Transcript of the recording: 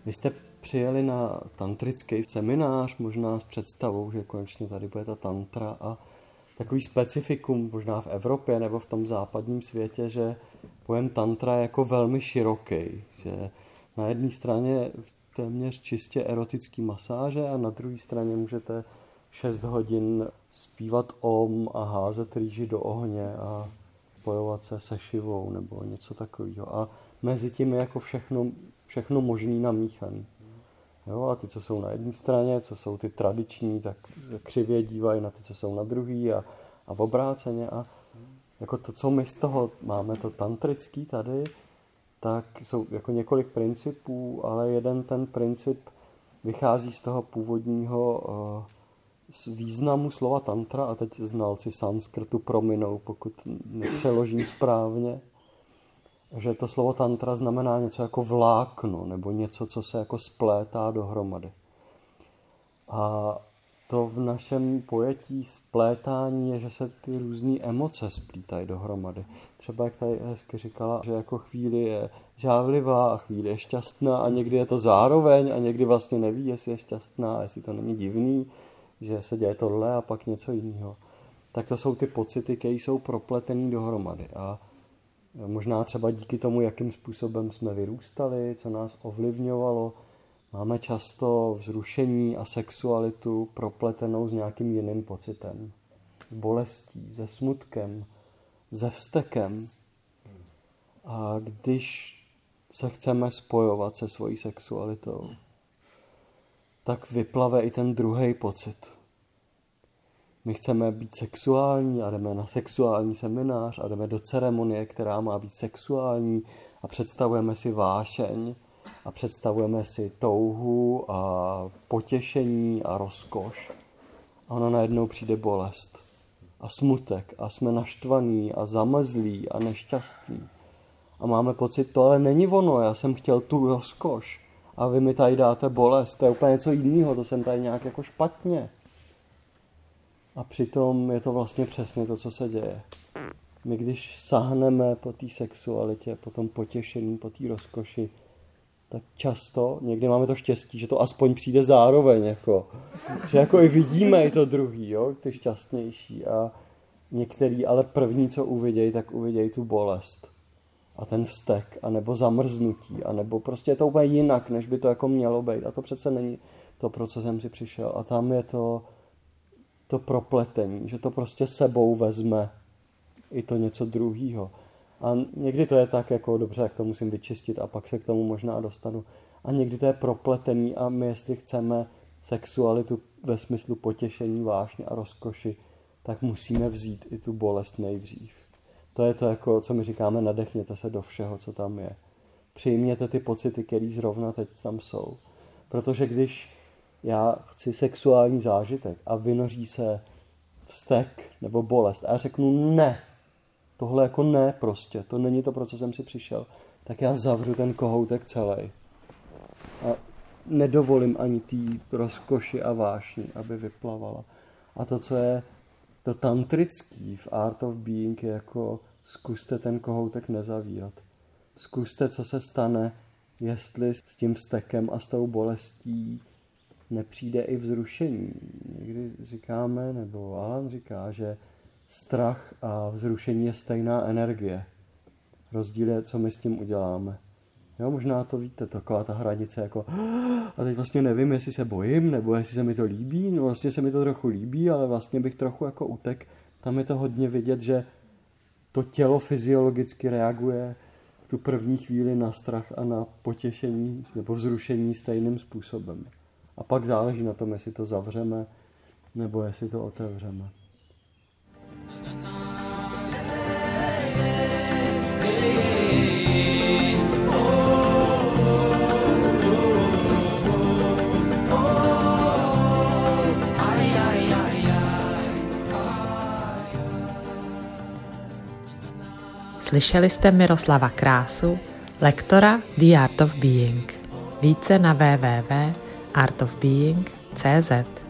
Vy jste přijeli na tantrický seminář, možná s představou, že konečně tady bude ta tantra a takový specifikum možná v Evropě nebo v tom západním světě, že pojem tantra je jako velmi široký, že na jedné straně téměř čistě erotický masáže a na druhé straně můžete 6 hodin zpívat om a házet rýži do ohně a spojovat se se Šivou nebo něco takového. A mezi tím je jako všechno možný namíchaný. Jo, a ty, co jsou na jedné straně, co jsou ty tradiční, tak křivě dívají na ty, co jsou na druhý a obráceně. A jako to, co my z toho máme, to tantrický tady, tak jsou jako několik principů, ale jeden ten princip vychází z toho původního z významu slova tantra, a teď znalci sanskrtu prominou, pokud nepřeložím správně, že to slovo tantra znamená něco jako vlákno, nebo něco, co se jako splétá dohromady. A to v našem pojetí splétání je, že se ty různé emoce splítají dohromady. Třeba jak tady hezky říkala, že jako chvíli je žárlivá a chvíli je šťastná a někdy je to zároveň a někdy vlastně neví, jestli je šťastná a jestli to není divný, že se děje tohle a pak něco jiného. Tak to jsou ty pocity, které jsou propletený dohromady. A možná třeba díky tomu, jakým způsobem jsme vyrůstali, co nás ovlivňovalo, máme často vzrušení a sexualitu propletenou s nějakým jiným pocitem. S bolestí, se smutkem, se vztekem. A když se chceme spojovat se svojí sexualitou, tak vyplave i ten druhý pocit. My chceme být sexuální a jdeme na sexuální seminář a jdeme do ceremonie, která má být sexuální a představujeme si vášeň a představujeme si touhu a potěšení a rozkoš. A ono najednou přijde bolest a smutek a jsme naštvaní a zamrzlí a nešťastní. A máme pocit, to ale není ono, já jsem chtěl tu rozkoš a vy mi tady dáte bolest, to je úplně něco jiného, to jsem tady nějak jako špatně. A přitom je to vlastně přesně to, co se děje. My když sáhneme po té sexualitě, po tom potěšení, po té rozkoši, tak často, někdy máme to štěstí, že to aspoň přijde zároveň, jako, že jako i vidíme i to druhý, jo, ty šťastnější. A některý, ale první, co uvidějí, tak uvidějí tu bolest. A ten vztek, anebo zamrznutí, anebo prostě je to úplně jinak, než by to jako mělo být. A to přece není to, pro co jsem si přišel. A tam je to propletení, že to prostě sebou vezme i to něco druhýho. A někdy to je tak jako dobře, jak to musím vyčistit a pak se k tomu možná dostanu. A někdy to je propletený a my, jestli chceme sexualitu ve smyslu potěšení, vášně a rozkoši, tak musíme vzít i tu bolest nejdřív. To je to, jako, co my říkáme, nadechněte se do všeho, co tam je. Přijměte ty pocity, které zrovna teď tam jsou. Protože když já chci sexuální zážitek a vynoří se vztek nebo bolest a já řeknu ne, tohle jako ne prostě, to není to, pro co jsem si přišel, tak já zavřu ten kohoutek celý. A nedovolím ani té rozkoši a vášni, aby vyplavala. A to, co je to tantrický v Art of Being, je jako zkuste ten kohoutek nezavírat. Zkuste, co se stane, jestli s tím vztekem a s tou bolestí nepřijde i vzrušení. Někdy říkáme, nebo Alan říká, že strach a vzrušení je stejná energie. Rozdíl je, co my s tím uděláme. Jo, možná to víte, taková ta hranice jako a teď vlastně nevím, jestli se bojím, nebo jestli se mi to líbí, no vlastně se mi to trochu líbí, ale vlastně bych trochu jako utek. Tam je to hodně vidět, že to tělo fyziologicky reaguje v tu první chvíli na strach a na potěšení nebo vzrušení stejným způsobem. A pak záleží na tom, jestli to zavřeme, nebo jestli to otevřeme. Slyšeli jste Miroslava Krásu, lektora The Art of Being. Více na www.artofbeing.cz